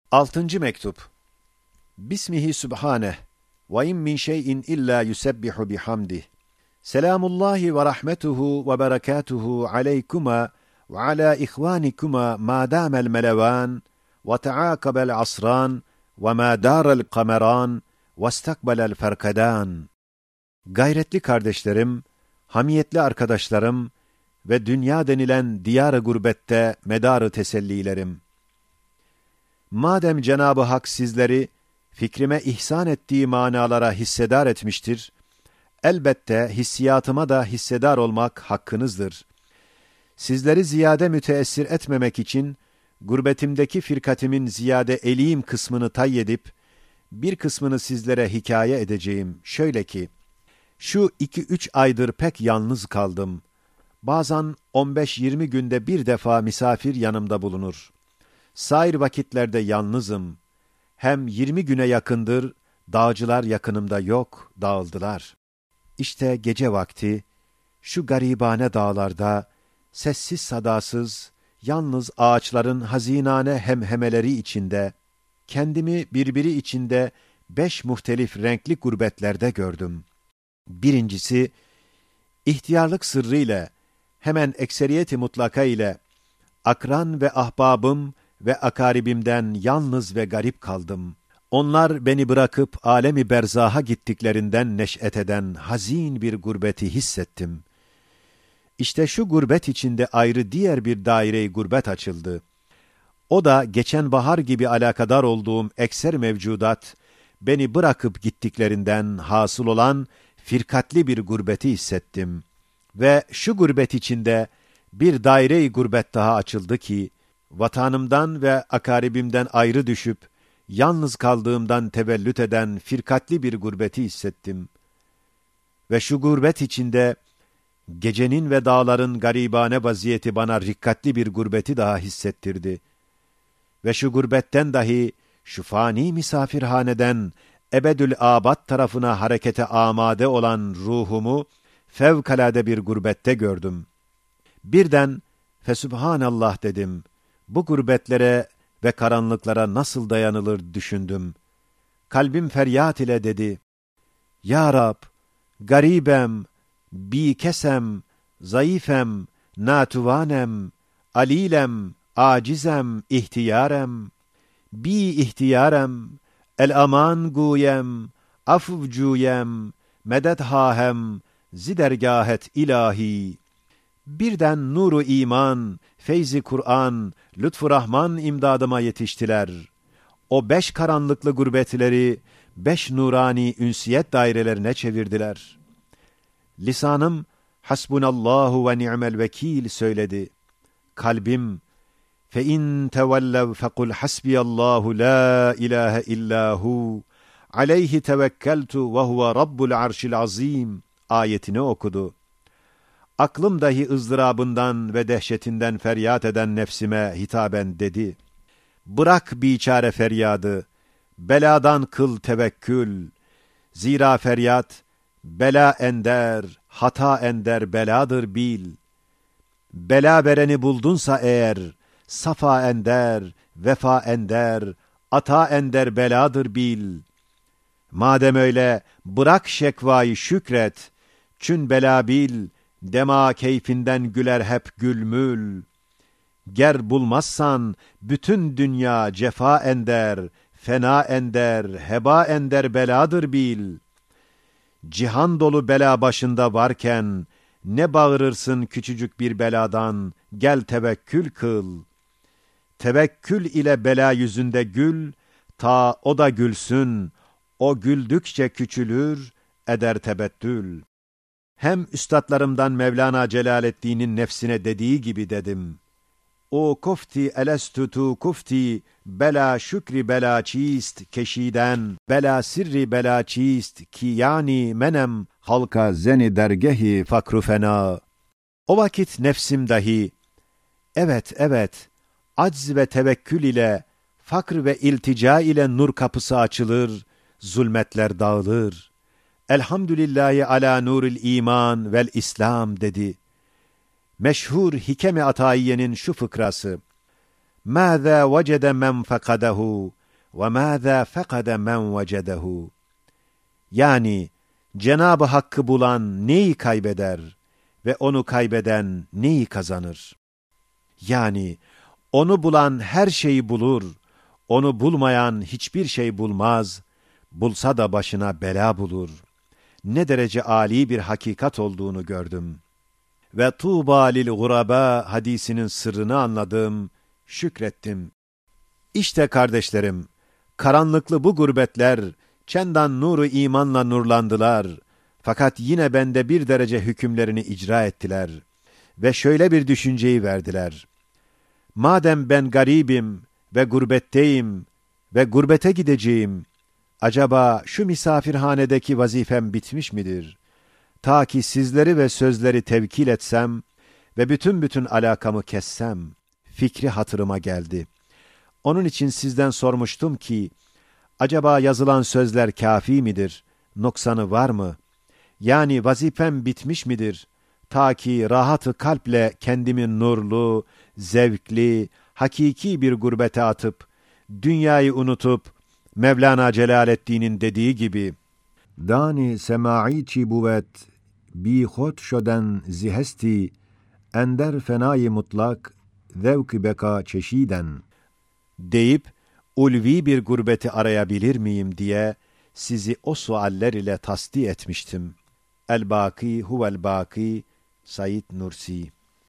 Altıncı mektup. Bismihi Sübhaneh ve in min şeyin illa yusebbihu bihamdih. Selamullahi ve rahmetuhu ve berekatuhu aleykuma ve ala ihvanikuma ma damel melevan ve taakabel asran ve ma darel kameran ve istakbelel ferkadan. Gayretli kardeşlerim, hamiyetli arkadaşlarım ve dünya denilen diyar-ı gurbette medar-ı tesellilerim. Madem Cenab-ı Hak sizleri fikrime ihsan ettiği manalara hissedar etmiştir, elbette hissiyatıma da hissedar olmak hakkınızdır. Sizleri ziyade müteessir etmemek için, gurbetimdeki firkatimin ziyade eliyim kısmını tayyedip, bir kısmını sizlere hikaye edeceğim. Şöyle ki, şu 2-3 aydır pek yalnız kaldım. Bazen 15-20 günde bir defa misafir yanımda bulunur. Sair vakitlerde yalnızım. Hem 20 güne yakındır, dağcılar yakınımda yok, dağıldılar. İşte gece vakti, şu garibane dağlarda, sessiz sadasız, yalnız ağaçların hazinane hemhemeleri içinde, kendimi birbiri içinde 5 muhtelif renkli gurbetlerde gördüm. Birincisi, ihtiyarlık sırrıyla, hemen ekseriyeti mutlaka ile, akran ve ahbabım ve akaribimden yalnız ve garip kaldım. Onlar beni bırakıp alemi berzaha gittiklerinden neş'et eden hazin bir gurbeti hissettim. İşte şu gurbet içinde ayrı diğer bir daire-i gurbet açıldı. O da geçen bahar gibi alakadar olduğum ekser mevcudat, beni bırakıp gittiklerinden hasıl olan firkatli bir gurbeti hissettim. Ve şu gurbet içinde bir daire-i gurbet daha açıldı ki, vatanımdan ve akaribimden ayrı düşüp, yalnız kaldığımdan tevellüt eden firkatli bir gurbeti hissettim. Ve şu gurbet içinde, gecenin ve dağların garibane vaziyeti bana rikkatli bir gurbeti daha hissettirdi. Ve şu gurbetten dahi, şu fani misafirhaneden, ebedül abad tarafına harekete amade olan ruhumu, fevkalade bir gurbette gördüm. Birden, Fesübhanallah dedim, bu gurbetlere ve karanlıklara nasıl dayanılır düşündüm. Kalbim feryat ile dedi, Ya Rab, garibem, bikesem, zayıfem, natuvanem, alilem, acizem, ihtiyarem, bi ihtiyarem, el aman guyem, afvcuyem, medet hahem, zidergahet ilahi. Birden nuru iman, feyzi Kur'an, lütfu Rahman imdadıma yetiştiler. O 5 karanlıklı gurbetleri 5 nurani ünsiyet dairelerine çevirdiler. Lisanım hasbunallahu ve ni'mel vekil söyledi. Kalbim fe in tevellev fekul hasbiyallahu la ilahe illahu aleyhi tevekkeltu ve huve rabbul arşil azim ayetini okudu. Aklım dahi ızdırabından ve dehşetinden feryat eden nefsime hitaben dedi. Bırak biçare feryadı, beladan kıl tevekkül. Zira feryat, bela ender, hata ender beladır bil. Bela vereni buldunsa eğer, safa ender, vefa ender, ata ender beladır bil. Madem öyle, bırak şekvayı şükret, çün bela bil, dema keyfinden güler hep gülmül. Ger bulmazsan bütün dünya cefa ender, fena ender, heba ender beladır bil. Cihan dolu bela başında varken, ne bağırırsın küçücük bir beladan, gel tevekkül kıl. Tevekkül ile bela yüzünde gül, ta o da gülsün, o güldükçe küçülür, eder tebettül. Hem üstadlarımdan Mevlana Celaleddin'in nefsine dediği gibi dedim. O kufti elestutu kufti, bela şükri bela çist keşiden, bela sirri bela çist ki yani menem halka zeni dergehi fakru fena. O vakit nefsim dahi, evet, acz ve tevekkül ile, fakr ve iltica ile nur kapısı açılır, zulmetler dağılır. Elhamdülillahi ala nuril iman vel İslam dedi. Meşhur Hikem-i Ataiye'nin şu fıkrası. Mâzâ vecede men fekadehu وَمَاذَا فَقَدَ مَنْ وَجَدَهُ. Yani Cenab-ı Hakk'ı bulan neyi kaybeder ve onu kaybeden neyi kazanır? Yani onu bulan her şeyi bulur, onu bulmayan hiçbir şey bulmaz, bulsa da başına bela bulur. Ne derece âli bir hakikat olduğunu gördüm. Ve tuğba lil guraba hadisinin sırrını anladım, şükrettim. İşte kardeşlerim, karanlıklı bu gurbetler, çendan nuru imanla nurlandılar. Fakat yine bende bir derece hükümlerini icra ettiler. Ve şöyle bir düşünceyi verdiler. Madem ben garibim ve gurbetteyim ve gurbete gideceğim, acaba şu misafirhanedeki vazifem bitmiş midir? Ta ki sizleri ve sözleri tevkil etsem ve bütün alakamı kessem, fikri hatırıma geldi. Onun için sizden sormuştum ki, acaba yazılan sözler kâfi midir? Noksanı var mı? Yani vazifem bitmiş midir? Ta ki rahat-ı kalple kendimi nurlu, zevkli, hakiki bir gurbete atıp, dünyayı unutup, Mevlana Celaleddin'in dediği gibi, Dani semai çi buvet, bi hot şoden zihesti, ender fenayı mutlak, zevk-i beka çeşiden, deyip, ulvi bir gurbeti arayabilir miyim diye, sizi o sualler ile tasdik etmiştim. El-Bâkî huvel-Bâkî Said Nursi.